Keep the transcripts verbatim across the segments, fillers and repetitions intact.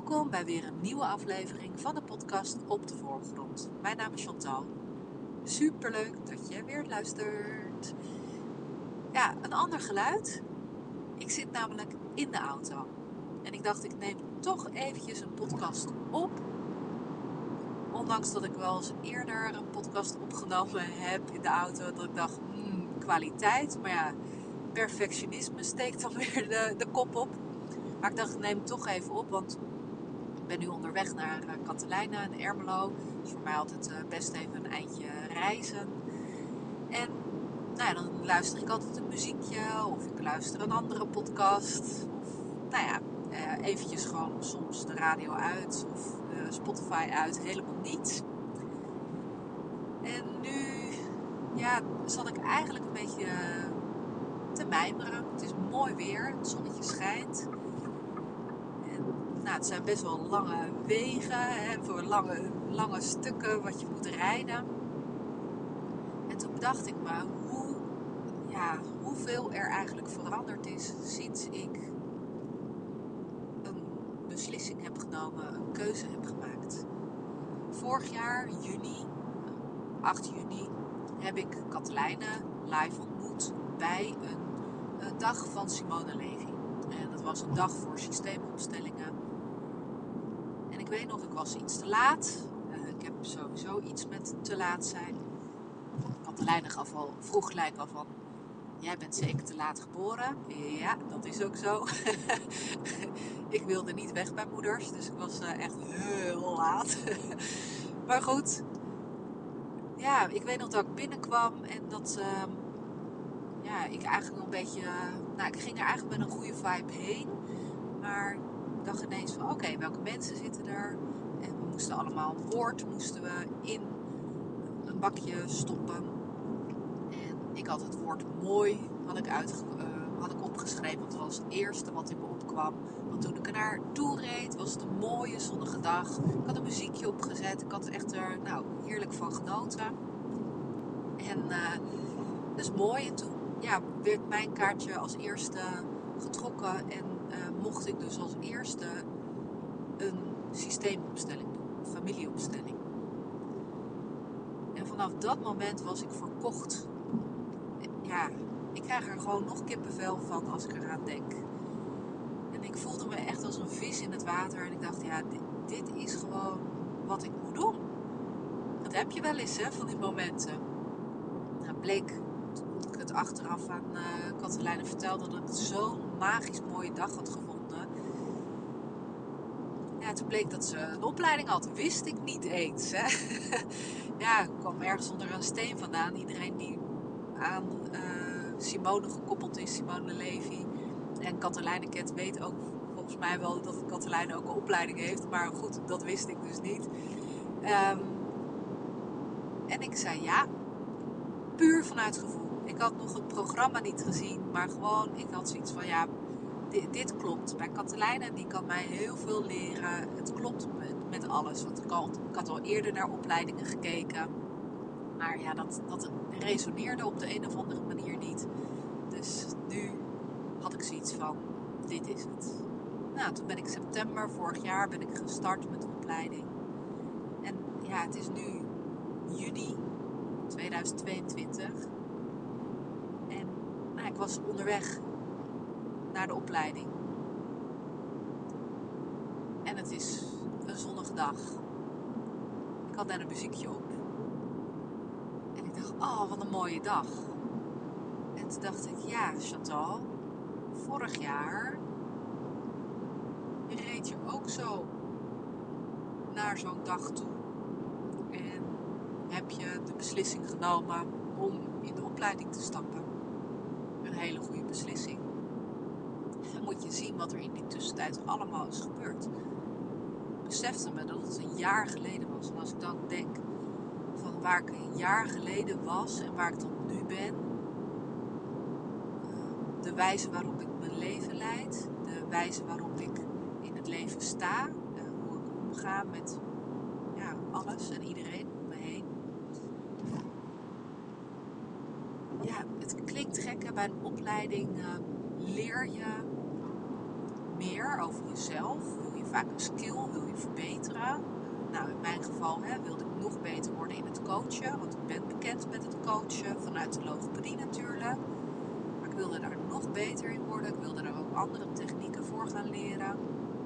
Welkom bij weer een nieuwe aflevering van de podcast Op de Voorgrond. Mijn naam is Chantal. Superleuk dat je weer luistert. Ja, een ander geluid. Ik zit namelijk in de auto. En ik dacht, ik neem toch eventjes een podcast op. Ondanks dat ik wel eens eerder een podcast opgenomen heb in de auto. Dat ik dacht, hmm, kwaliteit. Maar ja, perfectionisme steekt dan weer de, de kop op. Maar ik dacht, ik neem het toch even op, want ik ben nu onderweg naar uh, Cathalijne in Ermelo. Dat is voor mij altijd uh, best even een eindje reizen. En nou ja, dan luister ik altijd een muziekje of ik luister een andere podcast. Of nou ja, uh, eventjes gewoon soms de radio uit of uh, Spotify uit, helemaal niets. En nu ja, zat ik eigenlijk een beetje uh, te mijmeren. Het is mooi weer, het zonnetje schijnt. Nou, het zijn best wel lange wegen, hè, voor lange, lange stukken wat je moet rijden. En toen bedacht ik me hoe, ja, hoeveel er eigenlijk veranderd is sinds ik een beslissing heb genomen, een keuze heb gemaakt. Vorig jaar, juni, acht juni, heb ik Cathalijne live ontmoet bij een, een dag van Simone Levy. En dat was een dag voor systeemopstellingen. En ik weet nog, ik was iets te laat. Uh, ik heb sowieso iets met te laat zijn. Cathalijne gaf al, vroeg gelijk al van, jij bent zeker te laat geboren. Ja, dat is ook zo. Ik wilde niet weg bij moeders, dus ik was uh, echt heel laat. Maar goed. Ja, ik weet nog dat ik binnenkwam en dat uh, ja, ik eigenlijk nog een beetje... Uh, nou, ik ging er eigenlijk met een goede vibe heen. Maar ik dacht ineens van, oké, okay, welke mensen zitten er? En we moesten allemaal een woord moesten we in een bakje stoppen. En ik had het woord mooi had ik, uitge, uh, had ik opgeschreven. Want dat was het eerste wat in me opkwam. Want toen ik er naartoe reed, was het een mooie zonnige dag. Ik had een muziekje opgezet. Ik had er echt er nou, heerlijk van genoten. En uh, dat is mooi. En toen ja, werd mijn kaartje als eerste getrokken. En uh, mocht ik dus als eerste een systeemopstelling doen. Een familieopstelling. En vanaf dat moment was ik verkocht. Ja, ik krijg er gewoon nog kippenvel van als ik eraan denk. En ik voelde me echt als een vis in het water. En ik dacht, ja, dit, dit is gewoon wat ik moet doen. Dat heb je wel eens, hè, van die momenten. Nou, bleek, toen ik het achteraf aan uh, Cathalijne vertelde, dat het zo'n magisch mooie dag had gevonden. Ja, toen bleek dat ze een opleiding had. Wist ik niet eens, hè. Ja, ik kwam ergens onder een steen vandaan. Iedereen die aan uh, Simone gekoppeld is, Simone Levy en Cathalijne kent, weet ook volgens mij wel dat Cathalijne ook een opleiding heeft. Maar goed, dat wist ik dus niet. Um, en ik zei ja, puur vanuit gevoel. Ik had nog het programma niet gezien, maar gewoon, ik had zoiets van ja, dit, dit klopt. Bij Cathalijne, die kan mij heel veel leren. Het klopt met, met alles. Want ik had, ik had al eerder naar opleidingen gekeken. Maar ja, dat, dat resoneerde op de een of andere manier niet. Dus nu had ik zoiets van, dit is het. Nou, toen ben ik september vorig jaar ben ik gestart met de opleiding. En ja, het is nu juni tweeduizend tweeëntwintig. En nou, ik was onderweg naar de opleiding. En het is een zonnige dag. Ik had daar een muziekje op. En ik dacht, oh, wat een mooie dag. En toen dacht ik, ja, Chantal, vorig jaar reed je ook zo naar zo'n dag toe. En heb je de beslissing genomen om in de opleiding te stappen. Een hele goede beslissing. Dan moet je zien wat er in die tussentijd allemaal is gebeurd. Ik besefte me dat het een jaar geleden was. En als ik dan denk van waar ik een jaar geleden was en waar ik dan nu ben. De wijze waarop ik mijn leven leid. De wijze waarop ik in het leven sta. Hoe ik omga met ja, alles en iedereen om me heen. Ja, het klinkt gek, hè? Bij een opleiding uh, leer je meer over jezelf? Wil je vaak een skill? Wil je verbeteren? Nou, in mijn geval hè, wilde ik nog beter worden in het coachen. Want ik ben bekend met het coachen. Vanuit de logopedie natuurlijk. Maar ik wilde daar nog beter in worden. Ik wilde daar ook andere technieken voor gaan leren.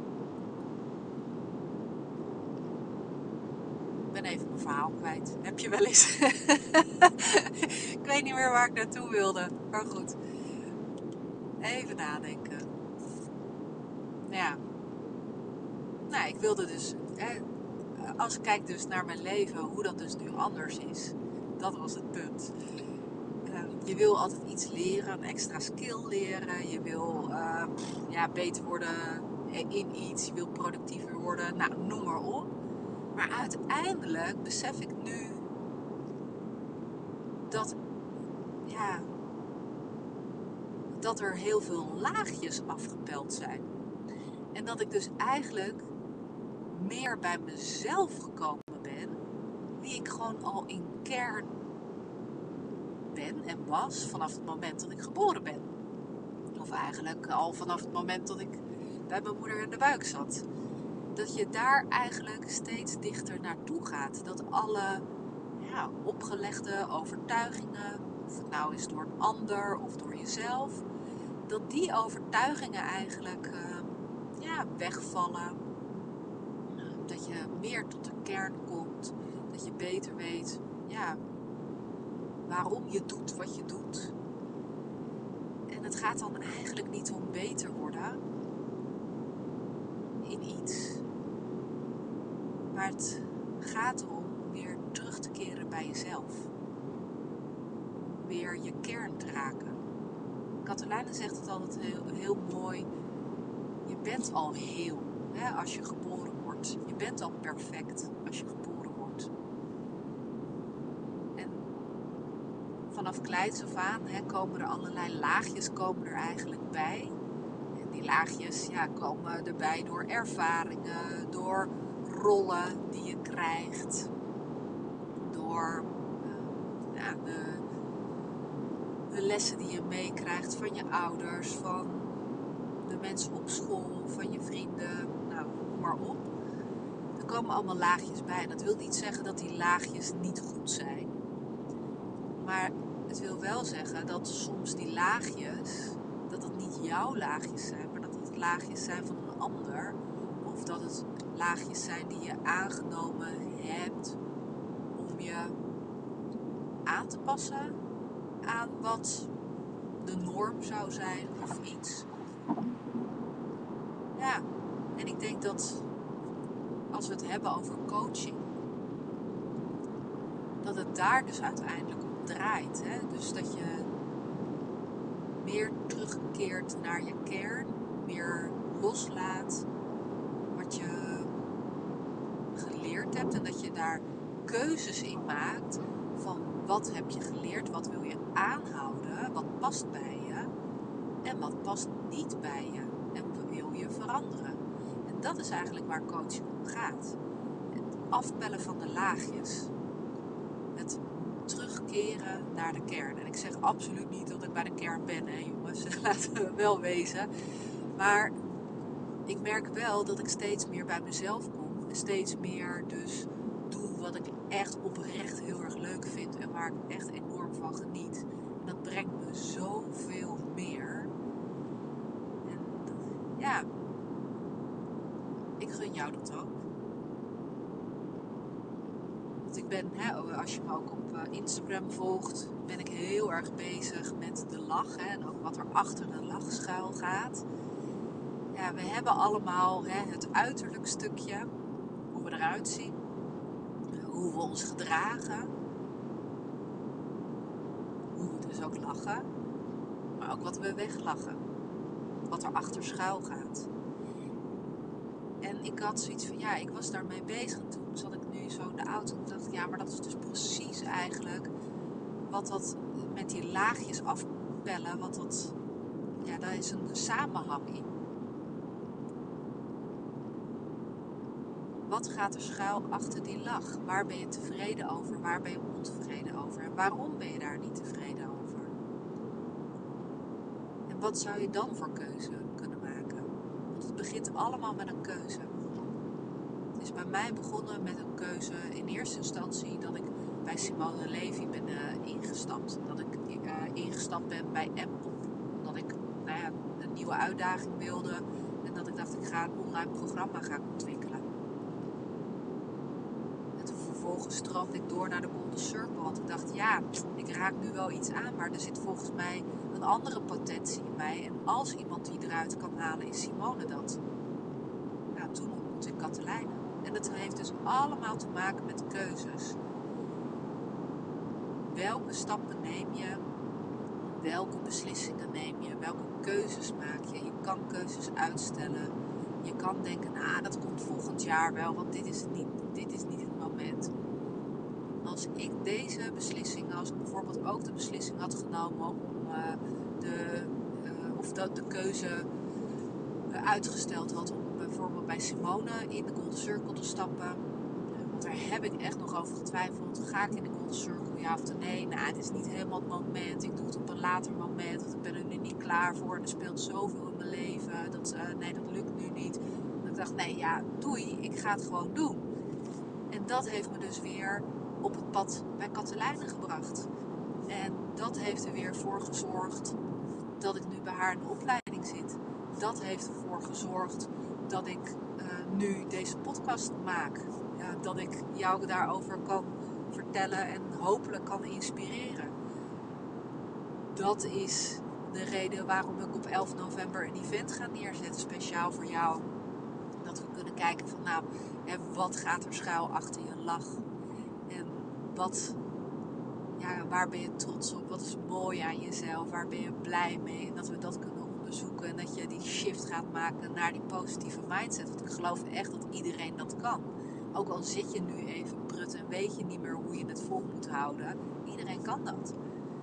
Ik ben even mijn verhaal kwijt. Heb je wel eens? Ik weet niet meer waar ik naartoe wilde. Maar goed. Even nadenken. Ja. Nou, ik wilde dus... Hè, als ik kijk dus naar mijn leven, hoe dat dus nu anders is. Dat was het punt. Uh, je wil altijd iets leren, een extra skill leren. Je wil uh, ja, beter worden in iets. Je wil productiever worden. Nou, noem maar op. Maar uiteindelijk besef ik nu dat, ja, dat er heel veel laagjes afgepeld zijn. En dat ik dus eigenlijk meer bij mezelf gekomen ben, wie ik gewoon al in kern ben en was vanaf het moment dat ik geboren ben. Of eigenlijk al vanaf het moment dat ik bij mijn moeder in de buik zat. Dat je daar eigenlijk steeds dichter naartoe gaat. Dat alle ja, opgelegde overtuigingen, of het nou is door een ander of door jezelf, dat die overtuigingen eigenlijk uh, ja, wegvallen. Dat je meer tot de kern komt. Dat je beter weet ja, waarom je doet wat je doet. En het gaat dan eigenlijk niet om beter worden in iets. Maar het gaat erom weer terug te keren bij jezelf. Weer je kern te raken. Katelijne zegt het altijd heel, heel mooi. Je bent al heel, hè, als je geboren wordt. Je bent al perfect als je geboren wordt. En vanaf kleins af aan hè, komen er allerlei laagjes komen er eigenlijk bij. En die laagjes ja, komen erbij door ervaringen, door rollen die je krijgt. Door uh, ja, de, de lessen die je meekrijgt van je ouders, van de mensen op school, van je vrienden, nou, noem maar op. Er komen allemaal laagjes bij. En dat wil niet zeggen dat die laagjes niet goed zijn. Maar het wil wel zeggen dat soms die laagjes, dat het niet jouw laagjes zijn, maar dat het laagjes zijn van een ander. Of dat het laagjes zijn die je aangenomen hebt om je aan te passen aan wat de norm zou zijn of iets. Ja, en ik denk dat als we het hebben over coaching, dat het daar dus uiteindelijk om draait. Hè? Dus dat je meer terugkeert naar je kern, meer loslaat wat je geleerd hebt en dat je daar keuzes in maakt van wat heb je geleerd, wat wil je aanhouden, wat past bij je en wat past niet bij je en wil je veranderen. En dat is eigenlijk waar coaching om gaat. Het afpellen van de laagjes. Het terugkeren naar de kern. En ik zeg absoluut niet dat ik bij de kern ben, hè jongens. Laten we wel wezen. Maar ik merk wel dat ik steeds meer bij mezelf kom. En steeds meer dus doe wat ik echt oprecht heel erg leuk vind. En waar ik echt enorm van geniet. En dat brengt me zoveel meer. En ja, ik gun jou dat ook. Want ik ben, hè, als je me ook op Instagram volgt, ben ik heel erg bezig met de lach. Hè, en ook wat er achter de lach schuil gaat. Ja, we hebben allemaal hè, het uiterlijk stukje. Hoe we eruit zien. Hoe we ons gedragen. Hoe we dus ook lachen. Maar ook wat we weglachen. Wat er achter schuil gaat. En ik had zoiets van, ja, ik was daarmee bezig. En toen zat ik nu zo in de auto en dacht ik, ja, maar dat is dus precies eigenlijk wat dat met die laagjes afpellen, wat dat, ja, daar is een samenhang in. Wat gaat er schuil achter die lach? Waar ben je tevreden over? Waar ben je ontevreden over? En waarom ben je daar niet tevreden over? En wat zou je dan voor keuze kunnen maken? Want het begint allemaal met een keuze. Het is bij mij begonnen met een keuze in eerste instantie dat ik bij Simone Levy ben uh, ingestapt. Dat ik uh, ingestapt ben bij Apple. Omdat ik nou ja, een nieuwe uitdaging wilde. En dat ik dacht, ik ga een online programma gaan ontwikkelen. En toen vervolgens stroomde ik door naar de Golden Circle. Want ik dacht, ja, ik raak nu wel iets aan. Maar er zit volgens mij een andere potentie in mij. En als iemand die eruit kan halen, is Simone dat. Nou, toen ontmoette ik Katelijne. En dat heeft dus allemaal te maken met keuzes. Welke stappen neem je? Welke beslissingen neem je? Welke keuzes maak je? Je kan keuzes uitstellen. Je kan denken, nou, dat komt volgend jaar wel, want dit is niet, dit is niet het moment. Als ik deze beslissing, als ik bijvoorbeeld ook de beslissing had genomen om uh, de, uh, of dat de keuze uh, uitgesteld had om bijvoorbeeld bij Simone in de Golden Circle te stappen. Want daar heb ik echt nog over getwijfeld. Ga ik in de Golden Circle, ja of nee? Nou, het is niet helemaal het moment. Ik doe het op een later moment. Want ik ben er nu niet klaar voor. En er speelt zoveel in mijn leven. Dat, uh, nee, dat lukt nu niet. En ik dacht, nee, ja, doei. Ik ga het gewoon doen. En dat heeft me dus weer op het pad bij Katelijne gebracht. En dat heeft er weer voor gezorgd dat ik nu bij haar in de opleiding zit. Dat heeft ervoor gezorgd dat ik uh, nu deze podcast maak. Uh, dat ik jou daarover kan vertellen en hopelijk kan inspireren. Dat is de reden waarom ik op elf november een event ga neerzetten. Speciaal voor jou. Dat we kunnen kijken van nou, hè, wat gaat er schuil achter je lach? En wat, ja, waar ben je trots op? Wat is mooi aan jezelf? Waar ben je blij mee? En dat we dat kunnen onderzoeken. En dat je die shift gaat maken naar die positieve mindset. Want ik geloof echt dat iedereen dat kan. Ook al zit je nu even prut en weet je niet meer hoe je het vol moet houden. Iedereen kan dat.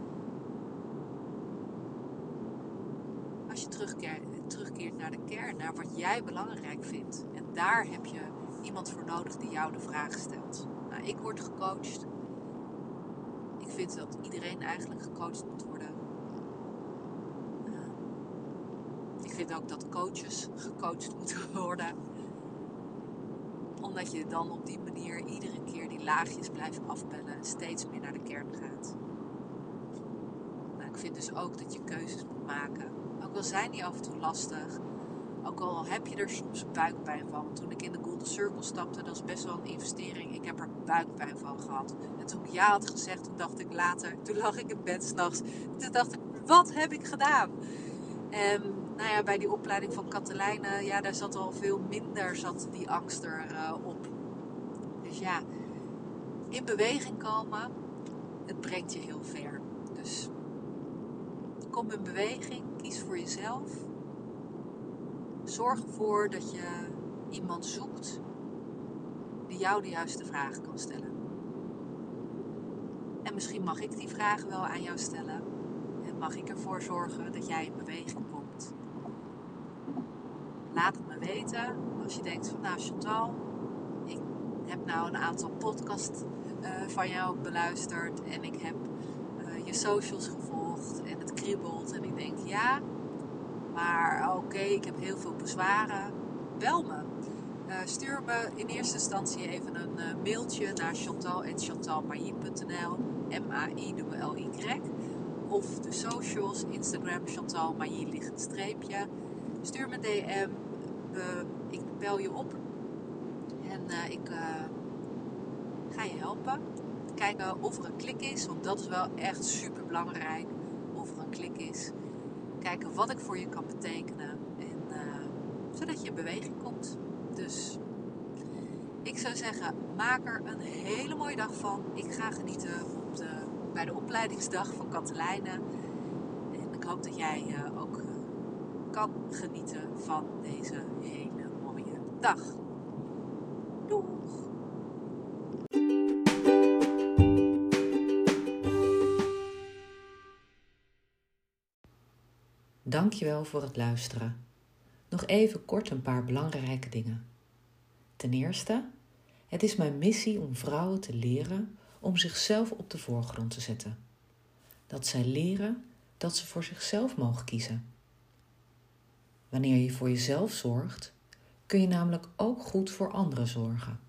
Als je terugkeert, terugkeert naar de kern, naar wat jij belangrijk vindt. En daar heb je iemand voor nodig die jou de vraag stelt. Nou, ik word gecoacht. Ik vind dat iedereen eigenlijk gecoacht moet worden. Uh, ik vind ook dat coaches gecoacht moeten worden. Omdat je dan op die manier iedere keer die laagjes blijft afbellen en steeds meer naar de kern gaat. Nou, ik vind dus ook dat je keuzes moet maken. Ook al zijn die af en toe lastig. Ook al heb je er soms buikpijn van. Toen ik in de Golden Circle stapte, dat is best wel een investering. Ik heb er buikpijn van gehad. En toen ik ja had gezegd, toen dacht ik later, toen lag ik in bed 's nachts. Toen dacht ik, wat heb ik gedaan? En nou ja, bij die opleiding van Katelijne, ja, daar zat al veel minder, zat die angst er uh, op. Dus ja, in beweging komen, het brengt je heel ver. Dus kom in beweging, kies voor jezelf. Zorg ervoor dat je iemand zoekt die jou de juiste vragen kan stellen. En misschien mag ik die vragen wel aan jou stellen. En mag ik ervoor zorgen dat jij in beweging komt. Laat het me weten als je denkt van nou Chantal, ik heb nou een aantal podcasts uh, van jou beluisterd. En ik heb uh, je socials gevolgd en het kriebelt. En ik denk ja, maar oké, okay, ik heb heel veel bezwaren. Bel me. Uh, stuur me in eerste instantie even een uh, mailtje naar chantal at chantalmailly punt n l M A I L L Y. Of de socials, Instagram Chantal Mailly liggend streepje. Stuur me een D M. Uh, ik bel je op. En uh, ik uh, ga je helpen. Kijken of er een klik is. Want dat is wel echt super belangrijk. Of er een klik is. Kijken wat ik voor je kan betekenen. En, uh, zodat je in beweging komt. Dus ik zou zeggen, maak er een hele mooie dag van. Ik ga genieten op de, bij de opleidingsdag van Katelijne. En ik hoop dat jij uh, ook uh, kan genieten van deze hele mooie dag. Doeg! Dankjewel voor het luisteren. Nog even kort een paar belangrijke dingen. Ten eerste, het is mijn missie om vrouwen te leren om zichzelf op de voorgrond te zetten. Dat zij leren dat ze voor zichzelf mogen kiezen. Wanneer je voor jezelf zorgt, kun je namelijk ook goed voor anderen zorgen.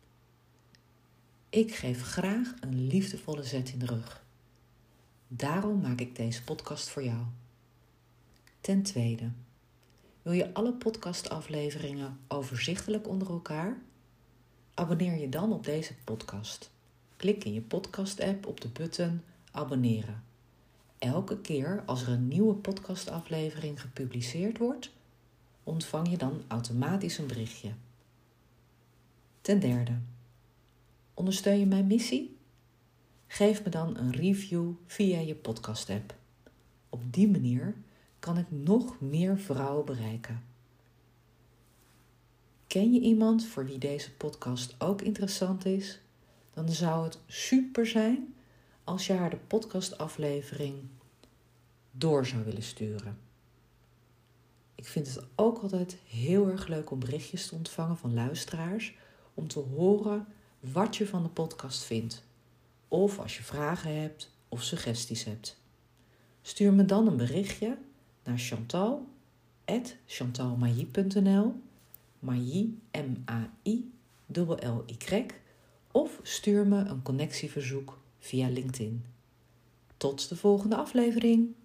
Ik geef graag een liefdevolle zet in de rug. Daarom maak ik deze podcast voor jou. Ten tweede, wil je alle podcastafleveringen overzichtelijk onder elkaar? Abonneer je dan op deze podcast. Klik in je podcast-app op de button abonneren. Elke keer als er een nieuwe podcastaflevering gepubliceerd wordt, ontvang je dan automatisch een berichtje. Ten derde, ondersteun je mijn missie? Geef me dan een review via je podcast-app. Op die manier kan ik nog meer vrouwen bereiken. Ken je iemand voor wie deze podcast ook interessant is? Dan zou het super zijn als je haar de podcastaflevering door zou willen sturen. Ik vind het ook altijd heel erg leuk om berichtjes te ontvangen van luisteraars, om te horen wat je van de podcast vindt. Of als je vragen hebt of suggesties hebt. Stuur me dan een berichtje naar chantal at chantalmailly punt n l, Mailly, M A I L L Y, of stuur me een connectieverzoek via LinkedIn. Tot de volgende aflevering!